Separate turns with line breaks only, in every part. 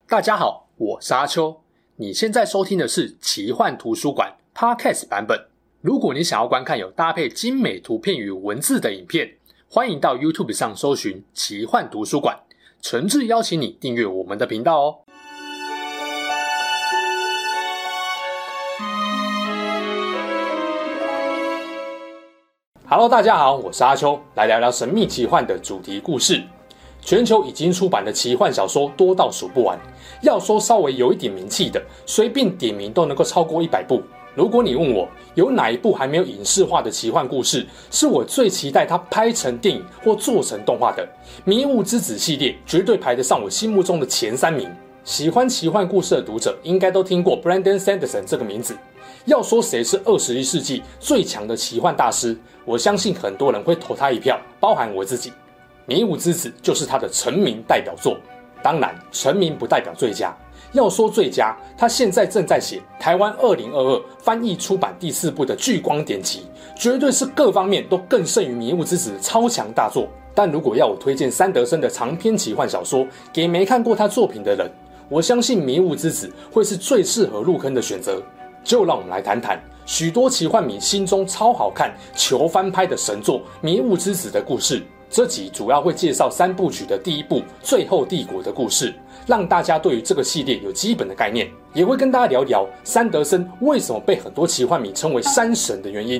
大家好，我是阿秋。你现在收听的是奇幻图书馆 Podcast 版本。如果你想要观看有搭配精美图片与文字的影片，欢迎到 YouTube 上搜寻奇幻图书馆，诚挚邀请你订阅我们的频道哦。Hello， 大家好，我是阿秋，来聊聊神秘奇幻的主题故事。全球已经出版的奇幻小说多到数不完，要说稍微有一点名气的，随便点名都能够超过100部。如果你问我有哪一部还没有影视化的奇幻故事是我最期待它拍成电影或做成动画的，《迷雾之子》系列绝对排得上我心目中的前3名。喜欢奇幻故事的读者应该都听过 Brandon Sanderson 这个名字。要说谁是21世纪最强的奇幻大师，我相信很多人会投他一票，包含我自己。《迷雾之子》就是他的成名代表作，当然成名不代表最佳。要说最佳，他现在正在写台湾2022翻译出版第4部的《聚光典籍》，绝对是各方面都更胜于《迷雾之子》的超强大作。但如果要我推荐山德森的长篇奇幻小说给没看过他作品的人，我相信《迷雾之子》会是最适合入坑的选择。就让我们来谈谈许多奇幻迷心中超好看求翻拍的神作《迷雾之子》的故事。这集主要会介绍3部曲的第1部《最后帝国》的故事，让大家对于这个系列有基本的概念，也会跟大家聊聊山德森为什么被很多奇幻迷称为山神的原因。《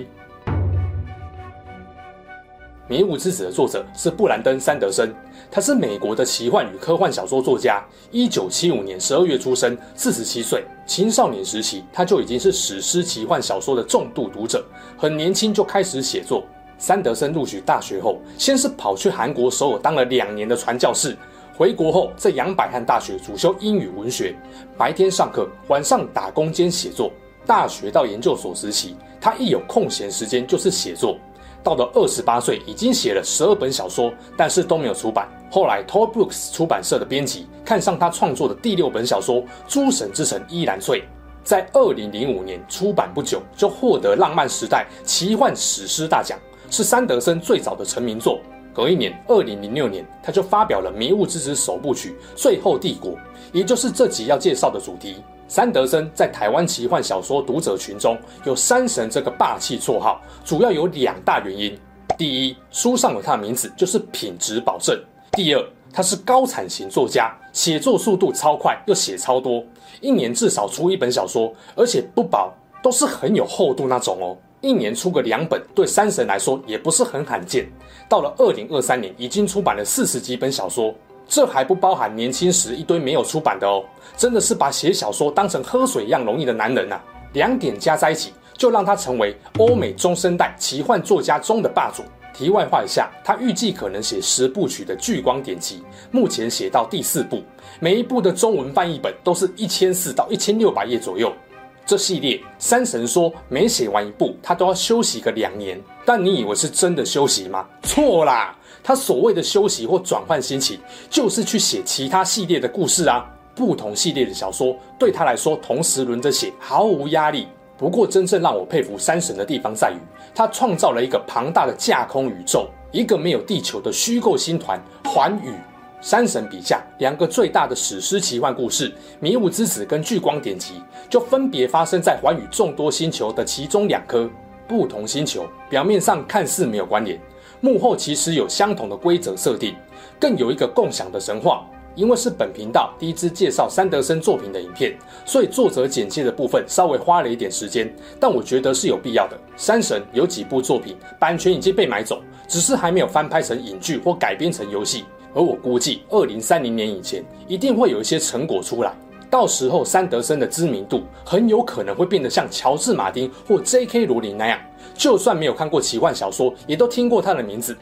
迷雾之子》的作者是布兰登·山德森，他是美国的奇幻与科幻小说作家，1975年12月出生，47岁。青少年时期他就已经是史诗奇幻小说的重度读者，很年轻就开始写作。山德森录取大学后，先是跑去韩国首尔当了2年的传教士，回国后在杨百翰大学主修英语文学，白天上课，晚上打工兼写作。大学到研究所时期，他一有空闲时间就是写作。到了28岁，已经写了12本小说，但是都没有出版。后来 Tor Books 出版社的编辑看上他创作的第6本小说《诸神之城依然翠》，在2005年出版不久，就获得浪漫时代奇幻史诗大奖，是山德森最早的成名作。隔一年2006年，他就发表了《迷雾之子》首部曲《最后帝国》，也就是这集要介绍的主题。山德森在台湾奇幻小说读者群中有山神这个霸气绰号，主要有2大原因。第一，书上有他的名字就是品质保证。第二，他是高产型作家，写作速度超快又写超多，1年至少出1本小说，而且不薄，都是很有厚度那种哦。1年出个2本，对山神来说也不是很罕见。到了2023年，已经出版了40几本小说，这还不包含年轻时一堆没有出版的哦。真的是把写小说当成喝水一样容易的男人啊！2点加在一起，就让他成为欧美中生代奇幻作家中的霸主。题外话一下，他预计可能写10部曲的《聚光典籍》，目前写到第4部，每一部的中文翻译本都是1400到1600页左右。这系列山神说每写完1部他都要休息个2年，但你以为是真的休息吗？错啦，他所谓的休息或转换心情，就是去写其他系列的故事啊。不同系列的小说对他来说同时轮着写，毫无压力。不过真正让我佩服山神的地方在于，他创造了一个庞大的架空宇宙，一个没有地球的虚构星团寰宇。山神笔下2个最大的史诗奇幻故事《迷雾之子》跟《聚光典籍》，就分别发生在寰宇众多星球的其中2颗。不同星球表面上看似没有关联，幕后其实有相同的规则设定，更有一个共享的神话。因为是本频道第一支介绍山德森作品的影片，所以作者简介的部分稍微花了一点时间，但我觉得是有必要的。山神有几部作品版权已经被买走，只是还没有翻拍成影剧或改编成游戏，而我估计2030年以前一定会有一些成果出来，到时候山德森的知名度很有可能会变得像乔治·马丁或 J.K. 罗琳那样，就算没有看过奇幻小说，也都听过他的名字。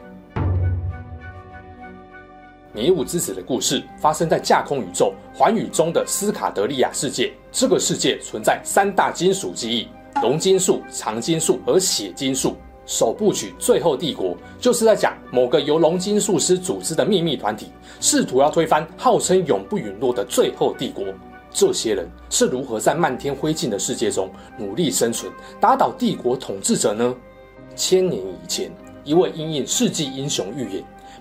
迷雾之子的故事发生在架空宇宙寰宇中的斯卡德利亚世界，这个世界存在3大金属记忆：龙金属、长金属和血金属。首部曲《最后帝国》就是在讲某个由龙金术师组织的秘密团体，试图要推翻号称永不陨落的最后帝国。这些人是如何在漫天灰烬的世界中努力生存，打倒帝国统治者呢？1000年以前，一位因应世纪英雄预言，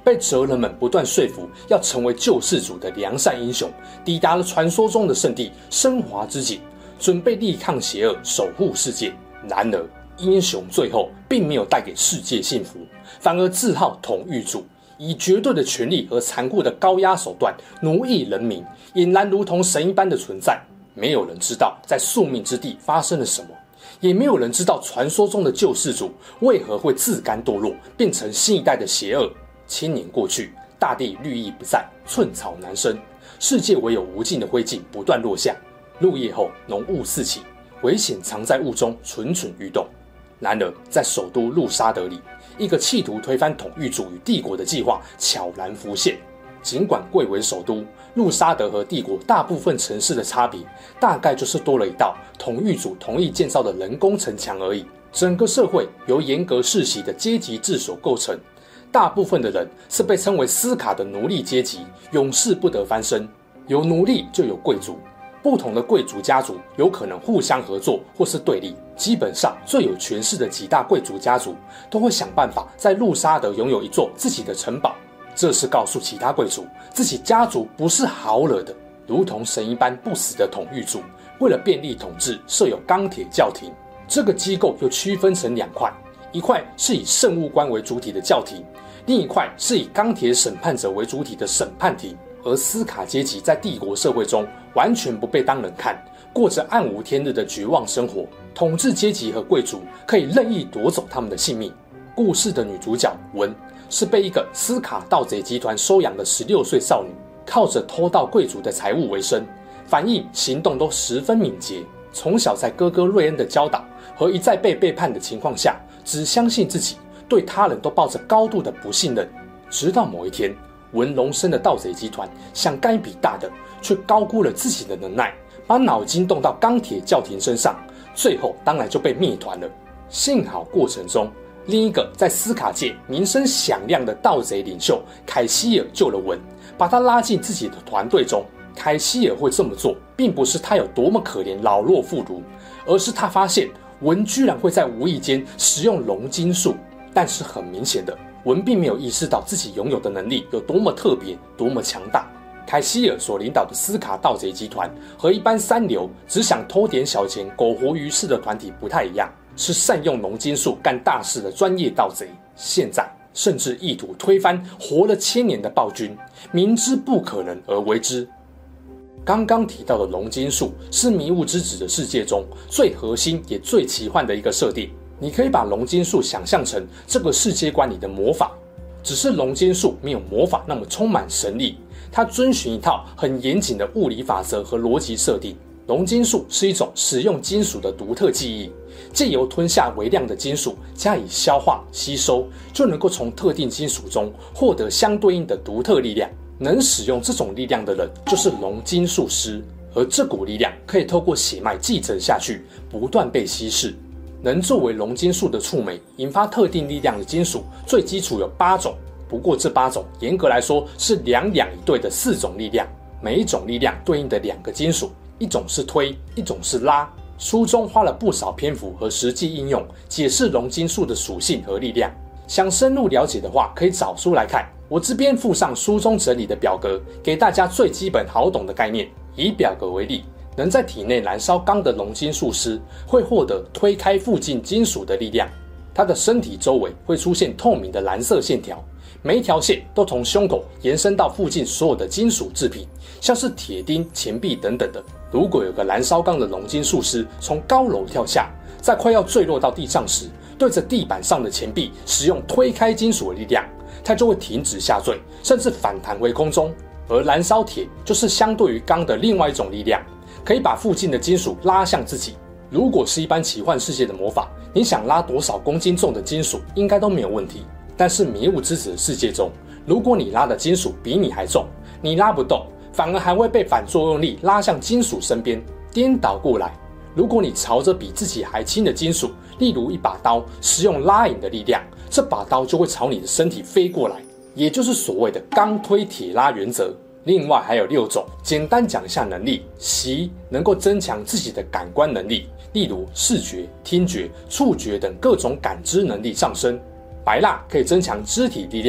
被哲人们不断说服要成为救世主的良善英雄，抵达了传说中的圣地升华之井，准备力抗邪恶，守护世界。然而，英雄最后并没有带给世界幸福，反而自号统御主，以绝对的权力和残酷的高压手段奴役人民，俨然如同神一般的存在。没有人知道在宿命之地发生了什么，也没有人知道传说中的救世主为何会自甘堕落，变成新一代的邪恶。千年过去，大地绿意不再，寸草难生，世界唯有无尽的灰烬不断落下。入夜后，浓雾四起，危险藏在雾中，蠢蠢欲动。然而，在首都路沙德里，一个企图推翻统御主与帝国的计划悄然浮现。尽管贵为首都，路沙德和帝国大部分城市的差别，大概就是多了一道统御主同意建造的人工城墙而已。整个社会由严格世袭的阶级制所构成，大部分的人是被称为斯卡的奴隶阶级，永世不得翻身。有奴隶就有贵族，不同的贵族家族有可能互相合作或是对立。基本上最有权势的几大贵族家族都会想办法在路沙德拥有一座自己的城堡，这是告诉其他贵族自己家族不是好惹的。如同神一般不死的统御主，为了便利统治，设有钢铁教廷。这个机构又区分成两块，一块是以圣物官为主体的教廷，另一块是以钢铁审判者为主体的审判庭。而斯卡阶级在帝国社会中完全不被当人看，过着暗无天日的绝望生活。统治阶级和贵族可以任意夺走他们的性命。故事的女主角文是被一个斯卡盗贼集团收养的16岁少女，靠着偷盗贵族的财物为生，反应行动都十分敏捷。从小在哥哥瑞恩的教导和一再被背叛的情况下，只相信自己，对他人都抱着高度的不信任。直到某一天，文龙生的盗贼集团想干一笔大的，却高估了自己的能耐，把脑筋动到钢铁教廷身上，最后当然就被灭团了。幸好过程中，另一个在斯卡界名声响亮的盗贼领袖凯西尔救了文，把他拉进自己的团队中。凯西尔会这么做，并不是他有多么可怜老弱妇孺，而是他发现文居然会在无意间使用龙金术。但是很明显的，文并没有意识到自己拥有的能力有多么特别，多么强大。凯西尔所领导的斯卡盗贼集团和一般三流只想偷点小钱苟活于世的团体不太一样，是善用龙金术干大事的专业盗贼。现在甚至意图推翻活了1000年的暴君，明知不可能而为之。刚刚提到的龙金术是迷雾之子的世界中最核心也最奇幻的一个设定。你可以把龙金术想象成这个世界观里的魔法，只是龙金术没有魔法那么充满神力，它遵循一套很严谨的物理法则和逻辑设定。龙金术是一种使用金属的独特技艺，借由吞下微量的金属加以消化吸收，就能够从特定金属中获得相对应的独特力量。能使用这种力量的人就是龙金术师，而这股力量可以透过血脉继承下去，不断被稀释。能作为龙金术的触媒引发特定力量的金属，最基础有8种，不过这8种严格来说是2两一对的4种力量，每一种力量对应的2个金属，一种是推，一种是拉。书中花了不少篇幅和实际应用解释龙金术的属性和力量，想深入了解的话可以找书来看。我这边附上书中整理的表格，给大家最基本好懂的概念。以表格为例，能在体内燃烧钢的龙金术师会获得推开附近金属的力量，他的身体周围会出现透明的蓝色线条，每一条线都从胸口延伸到附近所有的金属制品，像是铁钉、钱币等等的。如果有个燃烧钢的龙金术师从高楼跳下，在快要坠落到地上时，对着地板上的钱币使用推开金属的力量，它就会停止下坠，甚至反弹回空中。而燃烧铁就是相对于钢的另外一种力量，可以把附近的金属拉向自己。如果是一般奇幻世界的魔法，你想拉多少公斤重的金属应该都没有问题。但是迷雾之子的世界中，如果你拉的金属比你还重，你拉不动，反而还会被反作用力拉向金属身边。颠倒过来，如果你朝着比自己还轻的金属，例如一把刀，使用拉引的力量，这把刀就会朝你的身体飞过来，也就是所谓的钢推铁拉原则。另外还有6种，简单讲一下能力。习能够增强自己的感官能力，例如视觉、听觉、触觉等各种感知能力上升。白蜡可以增强肢体力量，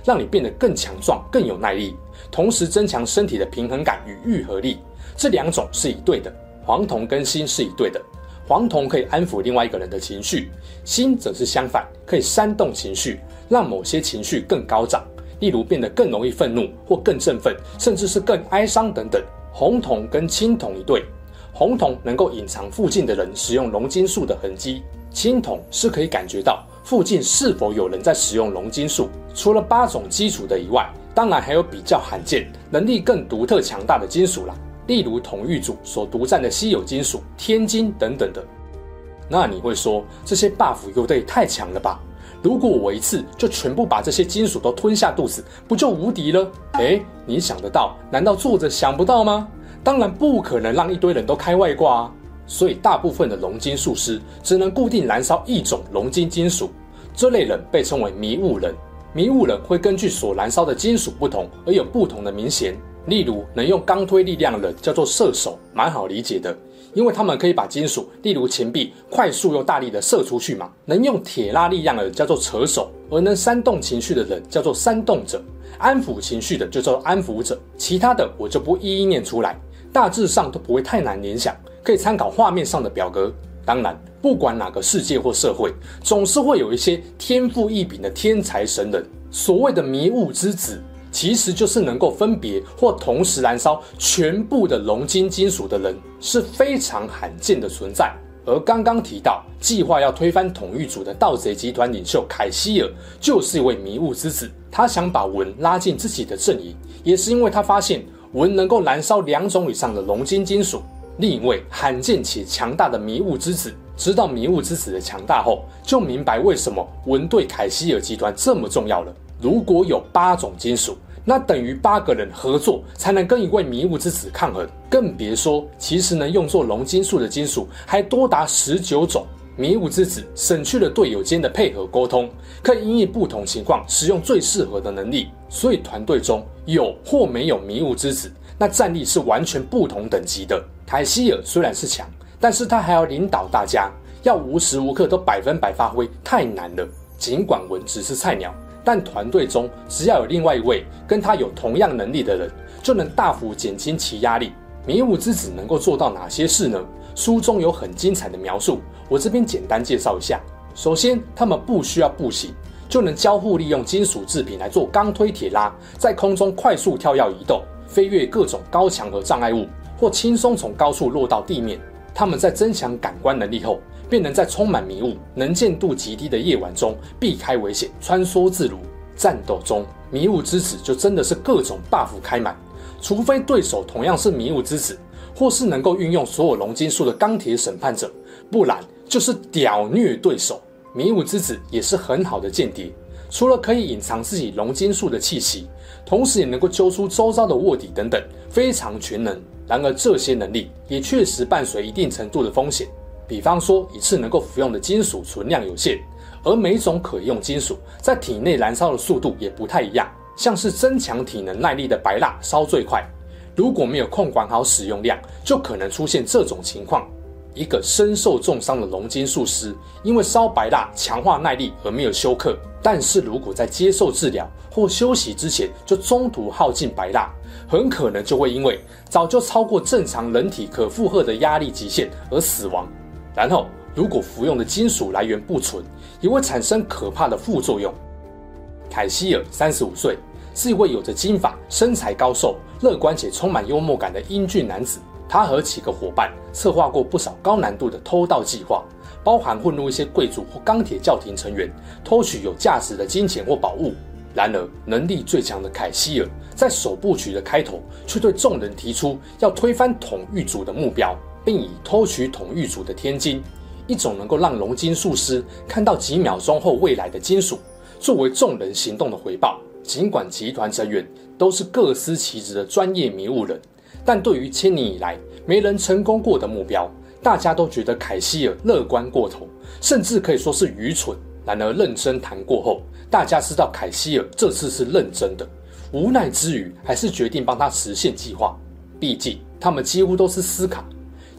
让你变得更强壮、更有耐力，同时增强身体的平衡感与愈合力。这两种是一对的，黄酮跟锌是一对的。黄酮可以安抚另外一个人的情绪，锌则是相反，可以煽动情绪，让某些情绪更高涨，例如变得更容易愤怒或更振奋，甚至是更哀伤等等。红酮跟青酮一对，红酮能够隐藏附近的人使用龙金术的痕迹，青酮是可以感觉到附近是否有人在使用龙金术。除了8种基础的以外，当然还有比较罕见、能力更独特强大的金属啦，例如统御组所独占的稀有金属天金等等的。那你会说，这些 buff 有的也太强了吧？如果我一次就全部把这些金属都吞下肚子，不就无敌了？你想得到，难道作者想不到吗？当然不可能让一堆人都开外挂啊！所以大部分的龙金术师只能固定燃烧一种龙金金属，这类人被称为迷雾人。迷雾人会根据所燃烧的金属不同而有不同的名衔，例如能用钢推力量的人叫做射手，蛮好理解的，因为他们可以把金属，例如钱币，快速又大力的射出去嘛。能用铁拉力量的人叫做扯手，而能煽动情绪的人叫做煽动者，安抚情绪的就叫做安抚者。其他的我就不一一念出来，大致上都不会太难联想，可以参考画面上的表格。当然，不管哪个世界或社会，总是会有一些天赋异禀的天才神人。所谓的迷雾之子，其实就是能够分别或同时燃烧全部的龙金金属的人，是非常罕见的存在。而刚刚提到计划要推翻统御组的盗贼集团领袖凯西尔，就是一位迷雾之子。他想把文拉进自己的阵营，也是因为他发现文能够燃烧2种以上的龙金金属。另一位罕见且强大的迷雾之子，知道迷雾之子的强大后，就明白为什么文对凯西尔集团这么重要了。如果有8种金属，那等于8个人合作才能跟一位迷雾之子抗衡，更别说其实能用作龙金术的金属还多达19种。迷雾之子省去了队友间的配合沟通，可以因应不同情况使用最适合的能力，所以团队中有或没有迷雾之子，那战力是完全不同等级的。凯西尔虽然是强，但是他还要领导大家，要无时无刻都100%发挥，太难了。尽管文只是菜鸟，但团队中只要有另外一位跟他有同样能力的人，就能大幅减轻其压力。迷雾之子能够做到哪些事呢？书中有很精彩的描述，我这边简单介绍一下。首先，他们不需要步行，就能交互利用金属制品来做钢推铁拉，在空中快速跳跃移动，飞越各种高墙和障碍物，或轻松从高处落到地面。他们在增强感官能力后，便能在充满迷雾、能见度极低的夜晚中避开危险，穿梭自如。战斗中，迷雾之子就真的是各种 buff 开满，除非对手同样是迷雾之子，或是能够运用所有龙金术的钢铁审判者，不然就是屌虐对手。迷雾之子也是很好的间谍，除了可以隐藏自己龙金术的气息，同时也能够揪出周遭的卧底等等，非常全能。然而这些能力也确实伴随一定程度的风险，比方说一次能够服用的金属存量有限，而每种可用金属在体内燃烧的速度也不太一样，像是增强体能耐力的白蜡烧最快，如果没有控管好使用量，就可能出现这种情况。一个身受重伤的龙金术师，因为烧白蜡强化耐力而没有休克，但是如果在接受治疗或休息之前就中途耗尽白蜡，很可能就会因为早就超过正常人体可负荷的压力极限而死亡。然后如果服用的金属来源不纯，也会产生可怕的副作用。凯西尔35岁，是一位有着金发、身材高瘦、乐观且充满幽默感的英俊男子。他和几个伙伴策划过不少高难度的偷盗计划，包含混入一些贵族或钢铁教廷成员，偷取有价值的金钱或宝物。然而，能力最强的凯西尔在首部曲的开头，却对众人提出要推翻统御组的目标，并以偷取统御组的天金，一种能够让龙金术师看到几秒钟后未来的金属，作为众人行动的回报。尽管集团成员都是各司其职的专业迷雾人，但对于千年以来没人成功过的目标，大家都觉得凯西尔乐观过头，甚至可以说是愚蠢。然而认真谈过后，大家知道凯西尔这次是认真的，无奈之余还是决定帮他实现计划。毕竟他们几乎都是斯卡，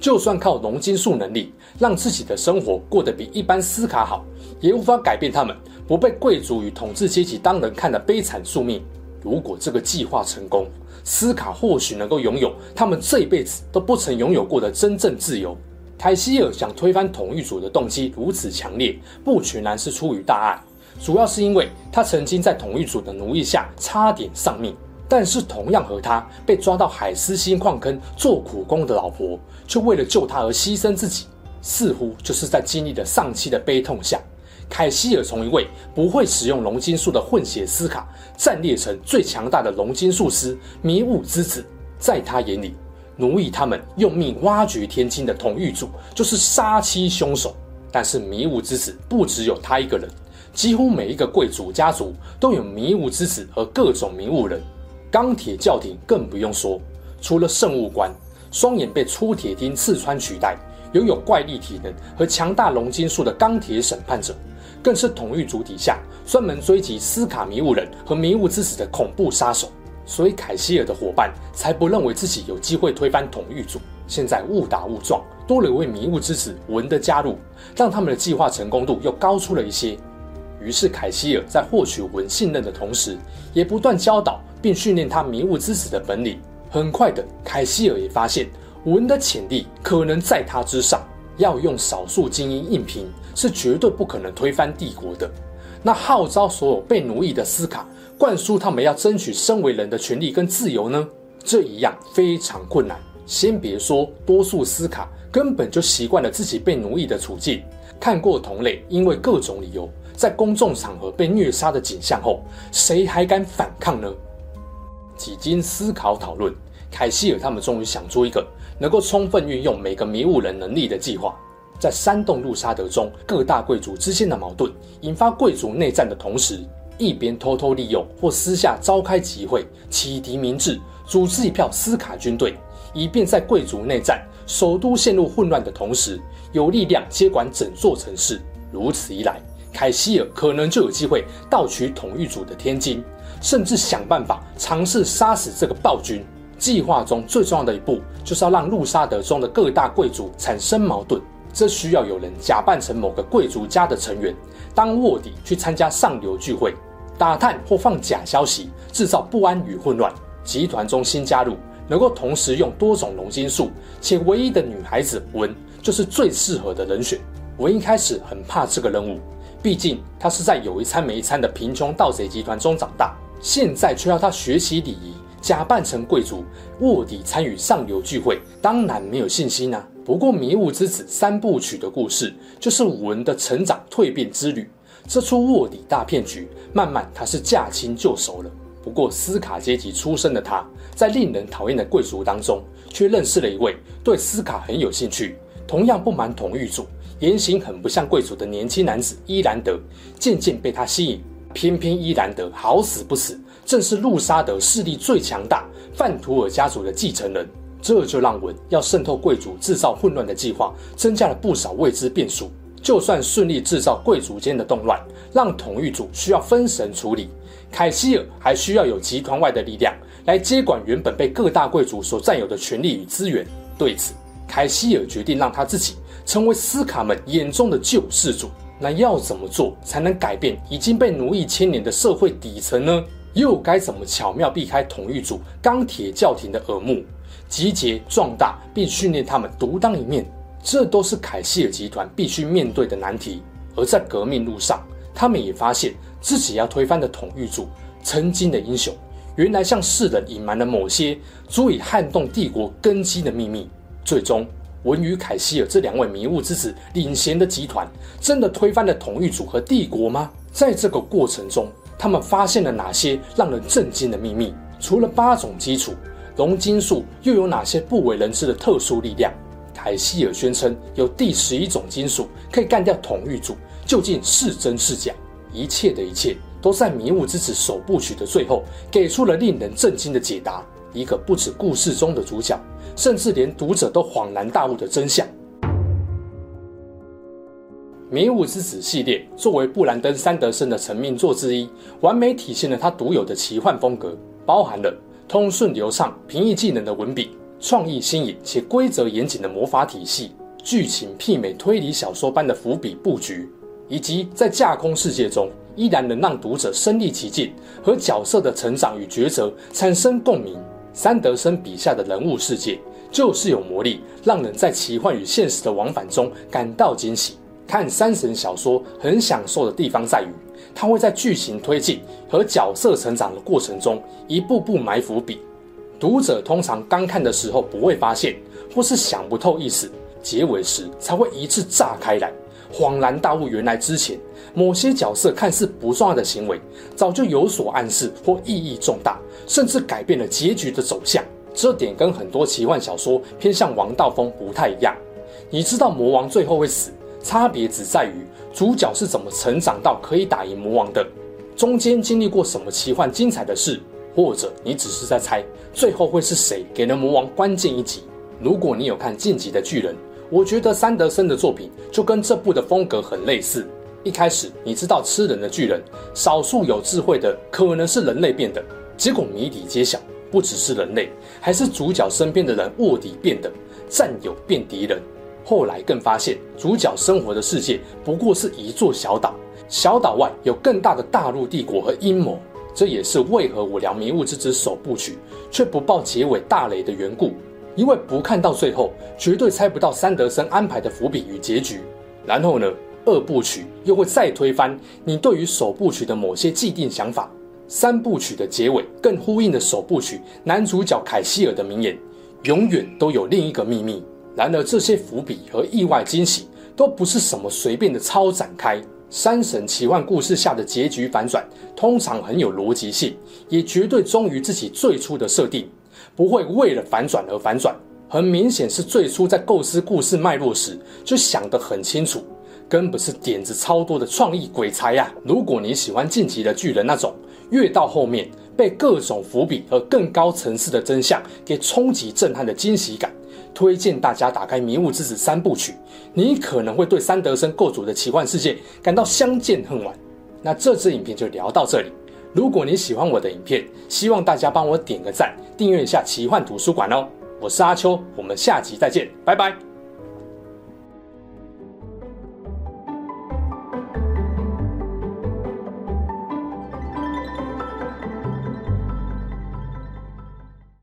就算靠龙金术能力让自己的生活过得比一般斯卡好，也无法改变他们不被贵族与统治阶级当人看的悲惨宿命。如果这个计划成功，斯卡或许能够拥有他们这一辈子都不曾拥有过的真正自由。凯西尔想推翻统御族的动机如此强烈，不全然是出于大爱，主要是因为他曾经在统御族的奴役下差点丧命。但是同样和他被抓到海斯星矿坑做苦工的老婆，却为了救他而牺牲自己，似乎就是在经历了丧妻的悲痛下，凯西尔从一位不会使用龙金术的混血斯卡，战列成最强大的龙金术师迷雾之子。在他眼里，奴役他们用命挖掘天金的统御族就是杀妻凶手。但是迷雾之子不只有他一个人，几乎每一个贵族家族都有迷雾之子和各种迷雾人。钢铁教廷更不用说，除了圣物官，双眼被粗铁钉刺穿取代，拥有怪力体能和强大龙金术的钢铁审判者，更是统御族底下专门追击斯卡迷雾人和迷雾之子的恐怖杀手。所以凯西尔的伙伴才不认为自己有机会推翻统御族。现在误打误撞多了一位迷雾之子文的加入，让他们的计划成功度又高出了一些。于是凯西尔在获取文信任的同时，也不断教导并训练他迷雾之子的本领。很快的，凯西尔也发现文的潜力可能在他之上，要用少数精英硬拼是绝对不可能推翻帝国的。那号召所有被奴役的斯卡，灌输他们要争取身为人的权利跟自由呢？这一样非常困难。先别说多数斯卡根本就习惯了自己被奴役的处境，看过同类因为各种理由在公众场合被虐杀的景象后，谁还敢反抗呢？几经思考讨论，凯西尔他们终于想出一个能够充分运用每个迷雾人能力的计划。在煽动路沙德中各大贵族之间的矛盾，引发贵族内战的同时，一边偷偷利用或私下召开集会，启迪民智，组织一票斯卡军队，以便在贵族内战、首都陷入混乱的同时，有力量接管整座城市。如此一来，凯西尔可能就有机会盗取统御族的天金，甚至想办法尝试杀死这个暴君。计划中最重要的一步，就是要让路沙德中的各大贵族产生矛盾。这需要有人假扮成某个贵族家的成员，当卧底去参加上流聚会，打探或放假消息，制造不安与混乱。集团中新加入，能够同时用多种龙金术且唯一的女孩子文，就是最适合的人选。文一开始很怕这个任务，毕竟他是在有一餐没一餐的贫穷盗贼集团中长大，现在却要他学习礼仪，假扮成贵族，卧底参与上流聚会，当然没有信心啊。不过迷雾之子三部曲的故事，就是文的成长蜕变之旅。这出卧底大骗局，慢慢他是驾轻就熟了。不过斯卡阶级出身的他，在令人讨厌的贵族当中，却认识了一位对斯卡很有兴趣，同样不满统御族，言行很不像贵族的年轻男子伊兰德，渐渐被他吸引。偏偏伊兰德好死不死，正是路沙德势力最强大范图尔家族的继承人，这就让文要渗透贵族制造混乱的计划增加了不少未知变数。就算顺利制造贵族间的动乱，让统御族需要分神处理，凯西尔还需要有集团外的力量来接管原本被各大贵族所占有的权力与资源。对此，凯西尔决定让他自己成为斯卡们眼中的救世主。那要怎么做才能改变已经被奴役千年的社会底层呢？又该怎么巧妙避开统御族钢铁教廷的耳目，集结壮大并训练他们独当一面？这都是凯西尔集团必须面对的难题。而在革命路上，他们也发现自己要推翻的统御族曾经的英雄，原来向世人隐瞒了某些足以撼动帝国根基的秘密。最终文与凯西尔这两位迷雾之子领衔的集团，真的推翻了统御族和帝国吗？在这个过程中，他们发现了哪些让人震惊的秘密？除了8种基础龙金术，又有哪些不为人知的特殊力量？凯西尔宣称有第11种金属可以干掉统御族，究竟是真是假？一切的一切都在迷雾之子首部曲的最后给出了令人震惊的解答，一个不止故事中的主角，甚至连读者都恍然大悟的真相。迷雾之子系列作为布兰登·山德森的成名作之一，完美体现了他独有的奇幻风格，包含了通顺流畅、平易近人的文笔， 创意新颖且规则严谨的魔法体系，剧情媲美推理小说般的伏笔布局，以及在架空世界中依然能让读者身临其境，和角色的成长与抉择产生共鸣。三德森笔下的人物世界就是有魔力，让人在奇幻与现实的往返中感到惊喜。看山神小说很享受的地方在于，它会在剧情推进和角色成长的过程中一步步埋伏笔。读者通常刚看的时候不会发现，或是想不透意思，结尾时才会一次炸开来，恍然大悟，原来之前某些角色看似不重要的行为，早就有所暗示或意义重大，甚至改变了结局的走向。这点跟很多奇幻小说偏向王道风不太一样。你知道魔王最后会死，差别只在于主角是怎么成长到可以打赢魔王的，中间经历过什么奇幻精彩的事，或者你只是在猜最后会是谁给了魔王关键一击。如果你有看《进击的巨人》，我觉得山德森的作品就跟这部的风格很类似。一开始你知道吃人的巨人，少数有智慧的可能是人类变的，结果谜底揭晓，不只是人类，还是主角身边的人卧底变的，战友变敌人。后来更发现主角生活的世界不过是一座小岛，小岛外有更大的大陆帝国和阴谋。这也是为何我聊《迷雾之子》首部曲却不爆结尾大雷的缘故，因为不看到最后绝对猜不到山德森安排的伏笔与结局。然后呢，二部曲又会再推翻你对于首部曲的某些既定想法，三部曲的结尾更呼应了首部曲男主角凯希尔的名言，永远都有另一个秘密。然而这些伏笔和意外惊喜都不是什么随便的超展开，山神奇幻故事下的结局反转通常很有逻辑性，也绝对忠于自己最初的设定，不会为了反转而反转。很明显是最初在构思故事脉络时就想得很清楚，根本是点子超多的创意鬼才啊！如果你喜欢晋级的巨人那种越到后面被各种伏笔和更高层次的真相给冲击震撼的惊喜感，推荐大家打开《迷雾之子》三部曲，你可能会对山德森构筑的奇幻世界感到相见恨晚。那这支影片就聊到这里，如果你喜欢我的影片，希望大家帮我点个赞，订阅一下奇幻图书馆哦。我是阿秋，我们下集再见，拜拜。